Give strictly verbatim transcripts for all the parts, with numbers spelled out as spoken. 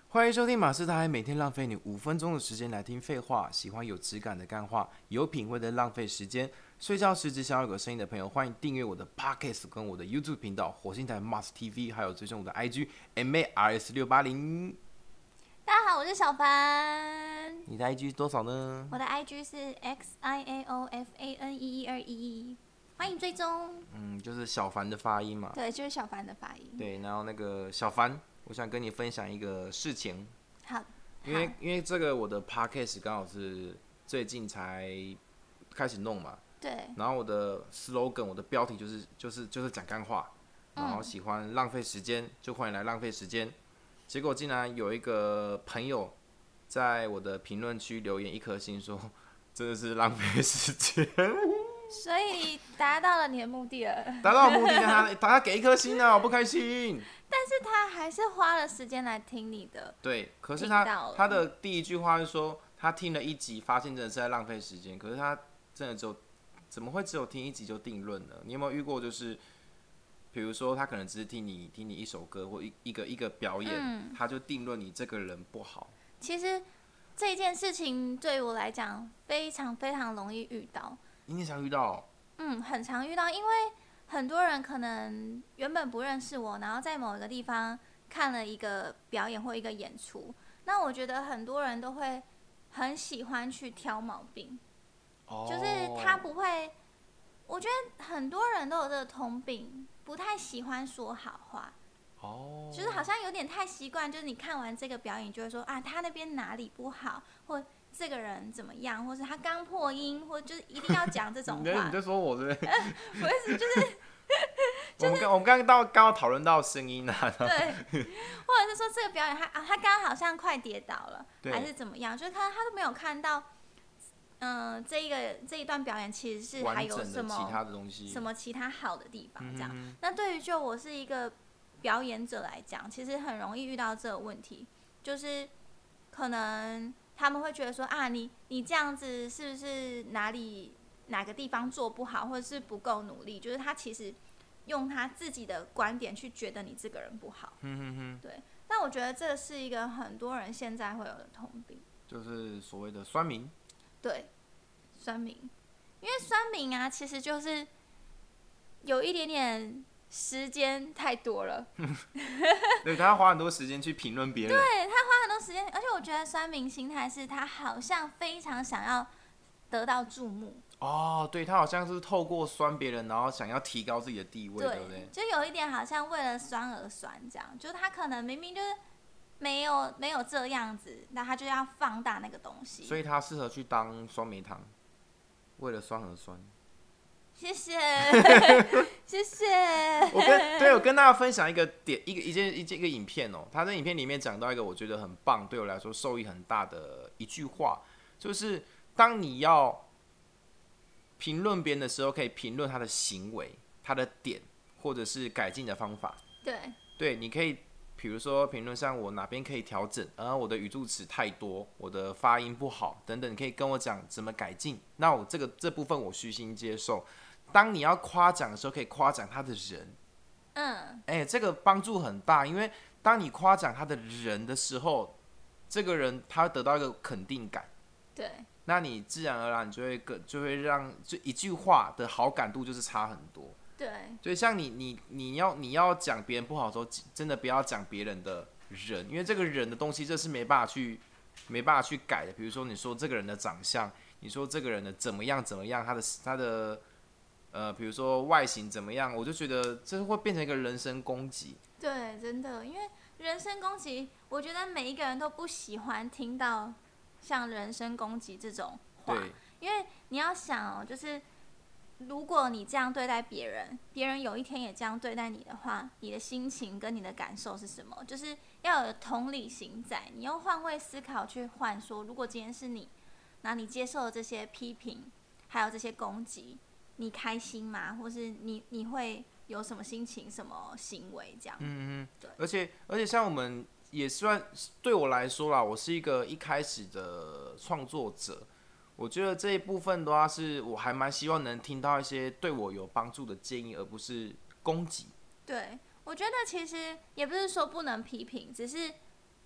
欢迎收听马斯台，每天浪费你五分钟的时间来听废话。喜欢有质感的干话，有品味的浪费时间。睡觉时只想要有个声音的朋友，欢迎订阅我的 Podcast 跟我的 YouTube 频道火星台 Mars T V， 还有追踪我的 I G M A R S 六八零。 大家好，我是小凡。 你的 I G 多少呢？ 我的 I G 是 X I A O F A N 一一二一，欢迎追踪。 嗯，就是小凡的发音嘛。 对，就是小凡的发音。 对，然后那个小凡，我想跟你分享一个事情。 好。 因为因为这个我的 podcast 刚好是最近才开始弄嘛， 对。 然后我的 slogan 我的标题就是就是就是讲干话，然后喜欢浪费时间、嗯、就欢迎来浪费时间。结果竟然有一个朋友在我的评论区留言一颗星说，真的是浪费时间。 所以达到了你的目的了。 达到了目的，他他给一颗星啊，我不开心。 但是他还是花了时间来听你的。 对，可是他他的第一句话是说，他听了一集，发现真的是在浪费时间。可是他真的只有怎么会只有听一集就定论呢？你有没有遇过，就是比如说他可能只是听你听你一首歌或一一个一个表演，嗯、他就定论你这个人不好。 其实这件事情对我来讲非常非常容易遇到。 你也常遇到？ 嗯，很常遇到，因为很多人可能原本不认识我，然后在某一个地方看了一个表演或一个演出，那我觉得很多人都会很喜欢去挑毛病， oh. 就是他不会，我覺得很多人都有這個通病，不太喜歡說好話。 哦、oh. 就是好像有點太習慣，就是你看完這個表演就會說啊，他那邊哪裡不好，或這個人怎麼樣，或是他剛破音，或就是一定要講這種話。 你在說我對不對？ 不是，就是就是、 我們剛剛剛討論到聲音啊。 對，或者是說這個表演他啊，他剛剛好像快跌倒了，還是怎麼樣？就是他他都沒有看到，嗯、呃，這一個這一段表演其實是還有什麼其他的東西， 什麼其他好的地方這樣。 嗯、 那對於就我是一個表演者來講，其實很容易遇到這個問題，就是可能他們會覺得說啊，你你這樣子是不是哪裡哪個地方做不好，或者是不夠努力？就是他其實用他自己的觀點去覺得你這個人不好。 嗯哼哼。 對，但我覺得這是一個很多人現在會有的通病， 就是所謂的酸民。 對，酸民，因為酸民啊，其實就是有一點點時間太多了。 對，他要花很多時間去評論別人。 對，他花很多時間，而且我覺得酸民心態是他好像非常想要得到注目。 哦，對，他好像是透過酸別人，然後想要提高自己的地位， 對， 對不對？ 就有一點好像為了酸而酸這樣，就他可能明明就是沒有沒有這樣子，那他就要放大那個東西。 所以他適合去當酸梅湯，為了酸而酸。 謝謝，謝謝。 我跟對我跟大家分享一個點，一個一件一件一個影片哦，他在影片裡面講到一個我覺得很棒，對我來說受益很大的一句話，就是當你要評論別人的時候，可以評論他的行為、他的點，或者是改進的方法。 對， 對，你可以，比如說評論上我哪邊可以調整，而我的語助詞太多，我的發音不好等等，你可以跟我講怎麼改進。那我這個這部分我虛心接受。當你要誇獎的時候，可以誇獎他的人。 嗯， 哎、欸，這個幫助很大，因為當你誇獎他的人的時候，這個人他會得到一個肯定感。 對。 那你自然而然就會更就會讓就一句話的好感度就是差很多。 對。所以像你你你要你要講別人不好的時候，真的不要講別人的人，因為這個人的東西這是沒辦法去沒辦法去改的。比如說你說這個人的長相，你說這個人的怎麼樣怎麼樣，他的他的呃，比如說外形怎麼樣，我就覺得這會變成一個人身攻擊。 對，真的，因為人身攻擊，我覺得每一個人都不喜歡聽到像人身攻擊這種話，因為你要想哦，就是如果你這樣對待別人，別人有一天也這樣對待你的話，你的心情跟你的感受是什麼？就是要有同理心在，你用換位思考去換說，如果今天是你，那你接受了這些批評，還有這些攻擊，你開心嗎？或是你你會有什麼心情、什麼行為這樣？嗯嗯，對。而且而且像我們也算對我來說啦，我是一個一開始的創作者，我覺得這一部分的話，是我還蠻希望能聽到一些對我有幫助的建議，而不是攻擊。 對，我覺得其實也不是說不能批評，只是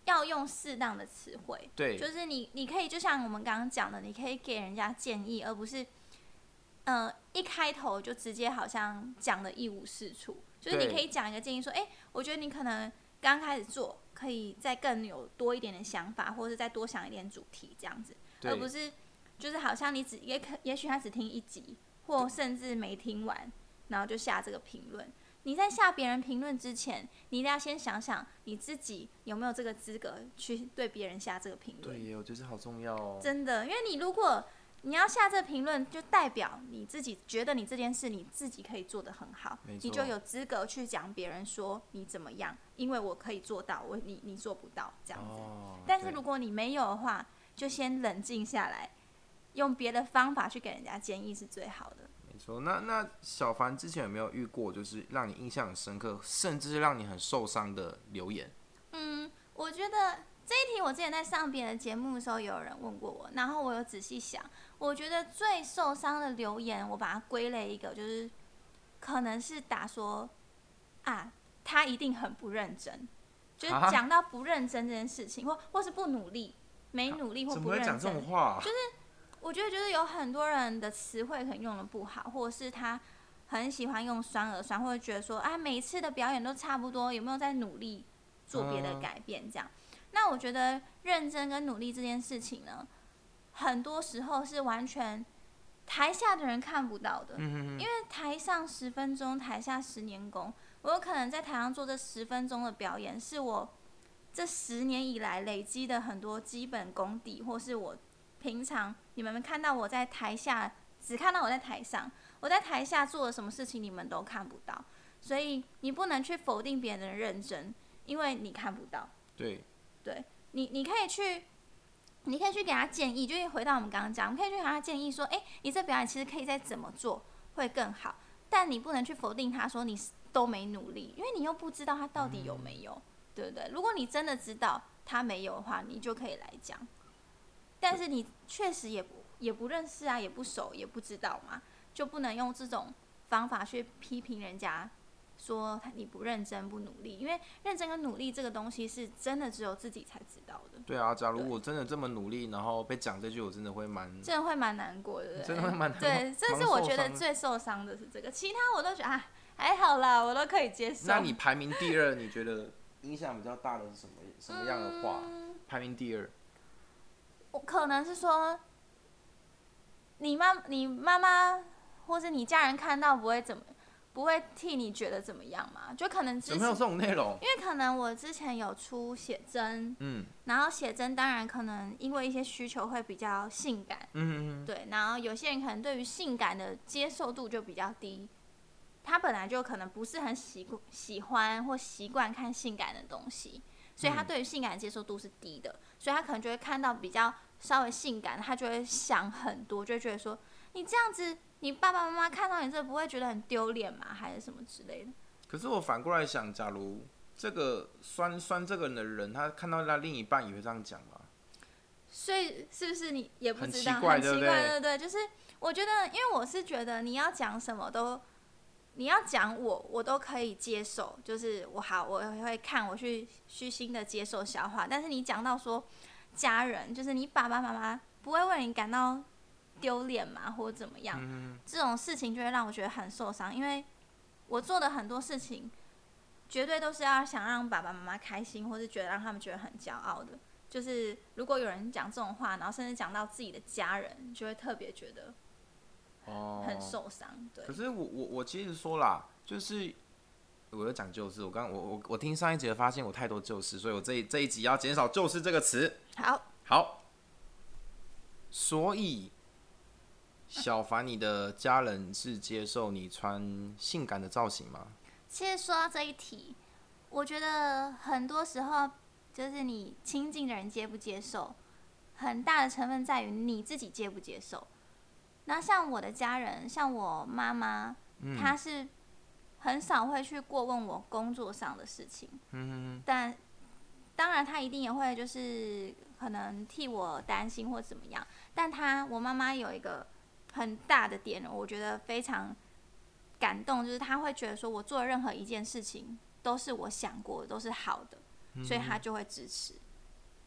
要用适当的词汇， 对， 就是你你可以就像我们刚刚讲的，你可以给人家建议，而不是，呃，一开头就直接好像讲的一无是处。就是你可以讲一个建议说，哎、欸，我觉得你可能刚开始做，可以再更有多一点的想法，或者是再多想一点主题这样子，而不是就是好像你只也可也许他只听一集，或甚至没听完，然后就下这个评论。你在下别人评论之前，你一定要先想想你自己有没有这个资格去对别人下这个评论。 对，我觉得好重要哦。 真的，因为你如果你要下这个评论，就代表你自己觉得你这件事你自己可以做得很好，你就有资格去讲别人说你怎么样，因为我可以做到，我你你做不到这样子。哦、但是如果你没有的话，就先冷静下来，用别的方法去给人家建议是最好的。 没错，那那小凡之前有没有遇过，就是让你印象很深刻，甚至让你很受伤的留言？ 嗯，我觉得这一题我之前在上别的节目的时候，有人问过我，然后我有仔细想，我觉得最受伤的留言，我把它归类一个，就是可能是打说啊，他一定很不认真，就是讲到不认真这件事情，或或是不努力，没努力或不认真， 怎么会讲这种话、啊？ 就是。我觉得就是有很多人的词汇可能用的不好，或者是他很喜欢用酸而酸，或者觉得说啊每一次的表演都差不多，有没有在努力做别的改变这样？嗯、那我觉得认真跟努力这件事情呢，很多时候是完全台下的人看不到的， 嗯、 因为台上十分钟，台下十年功。我有可能在台上做这十分钟的表演，是我这十年以来累积的很多基本功底，或是我。平常你们看到我在台下，只看到我在台上，我在台下做了什么事情，你们都看不到，所以你不能去否定别人的认真，因为你看不到。 对， 对你，你可以去，你可以去给他建议，就是回到我们刚刚讲，我们可以去给他建议说，哎、欸，你这表演其实可以再怎么做会更好，但你不能去否定他说你都没努力，因为你又不知道他到底有没有，嗯、对不对？如果你真的知道他没有的话，你就可以来讲。但是你确实也不也不认识啊，也不熟，也不知道嘛，就不能用这种方法去批评人家，说你不认真不努力，因为认真跟努力这个东西是真的只有自己才知道的。 对啊，假如我真的这么努力，然后被讲这句，我真的会蛮真的会蛮难过的，对不对？ 真的会蛮难过。 对，这是我觉得最受伤的是这个，其他我都觉得啊还好啦，我都可以接受。 那你排名第二，你觉得影响比较大的是什么什么样的话？ 嗯、 排名第二。 我可能是说，你妈、你妈妈或是你家人看到不会怎么，不会替你觉得怎么样嘛？就可能之前怎么有这种内容？ 因为可能我之前有出写真， 嗯， 然后写真当然可能因为一些需求会比较性感， 嗯嗯对，然后有些人可能对于性感的接受度就比较低，他本来就可能不是很喜喜欢或习惯看性感的东西。所以他对于性感的接受度是低的，所以他可能就会看到比较稍微性感，他就会想很多，就会觉得说，你这样子，你爸爸妈妈看到你这不会觉得很丢脸吗？还是什么之类的？ 可是我反过来想，假如这个酸酸这个人的人，他看到他另一半也会这样讲吗？ 所以是不是你也不知道？ 很奇怪， 很奇怪， 对不对？ 对对，就是我觉得，因为我是觉得你要讲什么都。你要讲我，我都可以接受，就是我好，我会看，我去虚心的接受消化。但是你讲到说家人，就是你爸爸妈妈不会为你感到丢脸嘛，或者怎么样， 嗯、 这种事情就会让我觉得很受伤。因为我做的很多事情，绝对都是要想让爸爸妈妈开心，或是觉得让他们觉得很骄傲的。就是如果有人讲这种话，然后甚至讲到自己的家人，就会特别觉得。 哦， 很受伤，对。 可是我我我其实说啦，就是我有讲旧事，我刚我我我听上一集发现我太多旧事，所以我这一这一集要减少旧事这个词。 好， 好。所以，小凡，你的家人是接受你穿性感的造型吗？ 其实说到这一题，我觉得很多时候就是你亲近的人接不接受，很大的成分在于你自己接不接受。那像我的家人，像我妈妈， 嗯、 她是很少会去过问我工作上的事情。 嗯、 但当然，她一定也会就是可能替我担心或怎么样。但她，我妈妈有一个很大的点，我觉得非常感动，就是她会觉得说我做的任何一件事情都是我想过的，都是好的， 嗯、 所以她就会支持。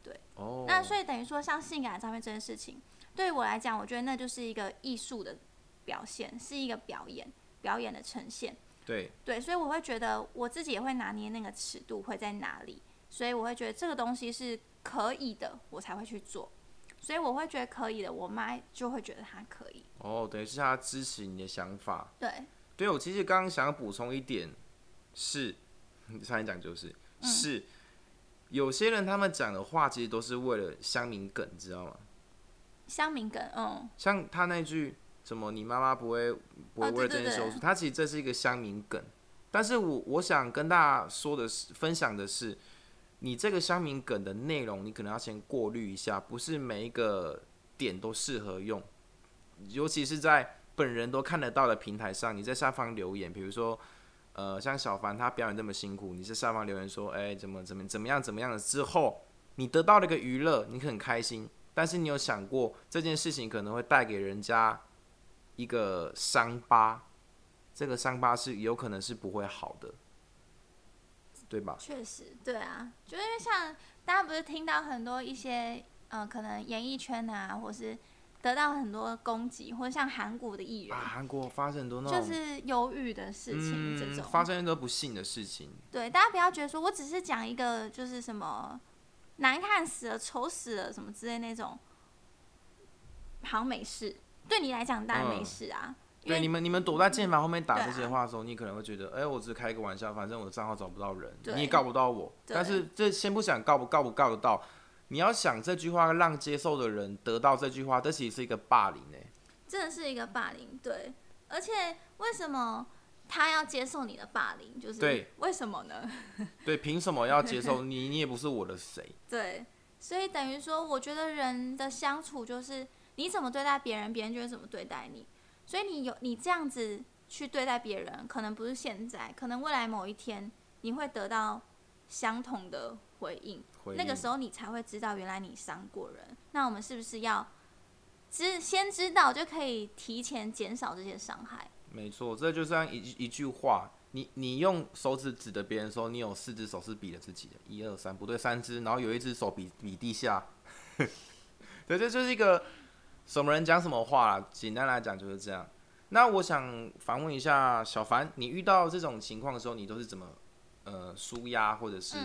对， 哦， 那所以等于说像性感照片这件事情，对于我来讲，我觉得那就是一个艺术的表现，是一个表演，表演的呈现。 对对，所以我会觉得我自己也会拿捏那个尺度会在哪里，所以我会觉得这个东西是可以的，我才会去做。所以我会觉得可以的，我妈就会觉得她可以。 哦，等于是她支持你的想法。 对， 对我其实刚刚想要补充一点是，差点讲就是、嗯、是有些人他们讲的话其实都是为了乡民梗，知道吗？ 乡民梗，嗯， 像他那句什么“你妈妈不会不会为了这件羞耻”，他其实这是一个乡民梗。但是我我想跟大家说的是，分享的是，你这个乡民梗的内容，你可能要先过滤一下，不是每一个点都适合用，尤其是在本人都看得到的平台上，你在下方留言，比如说，呃，像小凡他表演这么辛苦，你在下方留言说，哎、欸，怎么怎么怎么样怎么样的之后，你得到了一个娱乐，你很开心，但是你有想过这件事情可能会带给人家一个伤疤，这个伤疤是有可能是不会好的，对吧？ 确实，对啊，就因为像大家不是听到很多一些，呃，可能演艺圈啊，或是得到很多攻击，或者像韩国的艺人啊，韩国发生很多那种就是忧郁的事情，这种、 嗯、发生很多不幸的事情。 对，大家不要觉得说我只是讲一个就是什么难看死了、丑死了什么之类那种，好像没事。对你来讲当然没事啊。嗯、 对，你们你们躲在键盘后面打这些话的时候，啊、你可能会觉得，哎、欸，我只是开一个玩笑，反正我的账号找不到人，你也告不到我。但是这先不想告不告不告得到。你要想这句话让接受的人得到这句话，这其实是一个霸凌诶、欸， 真的是一个霸凌，对。而且为什么他要接受你的霸凌？就是对， 为什么呢？ 对，凭什么要接受你？你也不是我的谁。 对，所以等于说，我觉得人的相处就是你怎么对待别人，别人就会怎么对待你。所以你有你这样子去对待别人，可能不是现在，可能未来某一天你会得到相同的回应， 回应那个时候你才会知道原来你伤过人。那我们是不是要知先知道，就可以提前减少这些伤害？ 没错，这就像一一句话，你你用手指指着别人的时候，你有四只手是比了自己的，一二三，不对，三只，然后有一只手比比地下。对，这就是一个什么人讲什么话啦，简单来讲就是这样。那我想反问一下小凡，你遇到这种情况的时候，你都是怎么呃抒压或者是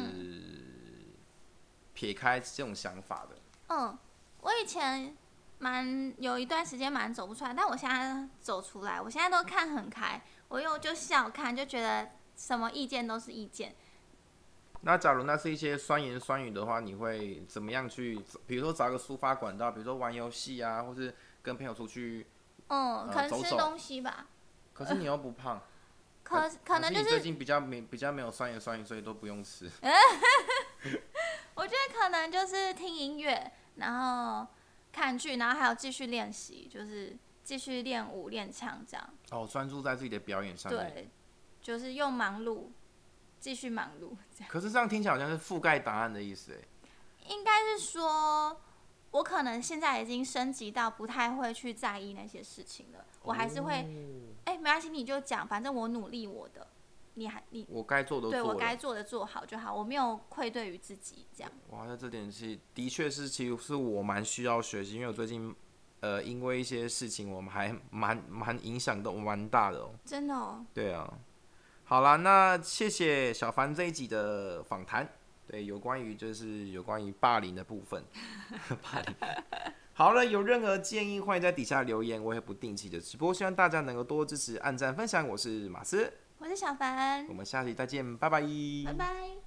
撇开这种想法的？ 嗯，我以前蛮有一段时间蛮走不出来，但我现在走出来，我现在都看很开，我又就笑看，就觉得什么意见都是意见。 那假如那是一些酸言酸语的话，你会怎么样去？比如说找一个抒发管道，比如说玩游戏啊，或是跟朋友出去， 嗯， 呃、 可能吃东西吧。 可是你又不胖， 可可能就是你最近比较没比较没有酸言酸语，所以都不用吃。 我觉得可能就是听音乐，然后看剧，然后还有继续练习，就是继续练舞、练唱这样。 哦，专注在自己的表演上面。 对，就是用忙碌。继续忙碌，这样。 可是这样听起来好像是覆盖答案的意思，哎。 应该是说，我可能现在已经升级到不太会去在意那些事情了。我还是会，哎、哦欸，没关系，你就讲，反正我努力我的，你还你我该做的做了， 对我该做的做好就好，我没有愧对于自己这样。 哇，那这点是的确是，其实是我蛮需要学习，因为我最近呃因为一些事情，我们还蛮蛮影响的蛮大的哦。 真的哦。 对啊。好啦，那谢谢小凡这一集的访谈，对，有关于就是有关于霸凌的部分，霸凌。好了，有任何建议欢迎在底下留言，我会不定期的直播，希望大家能够多支持、按赞、分享。我是马斯， 我是小凡， 我们下期再见，拜拜， 拜拜。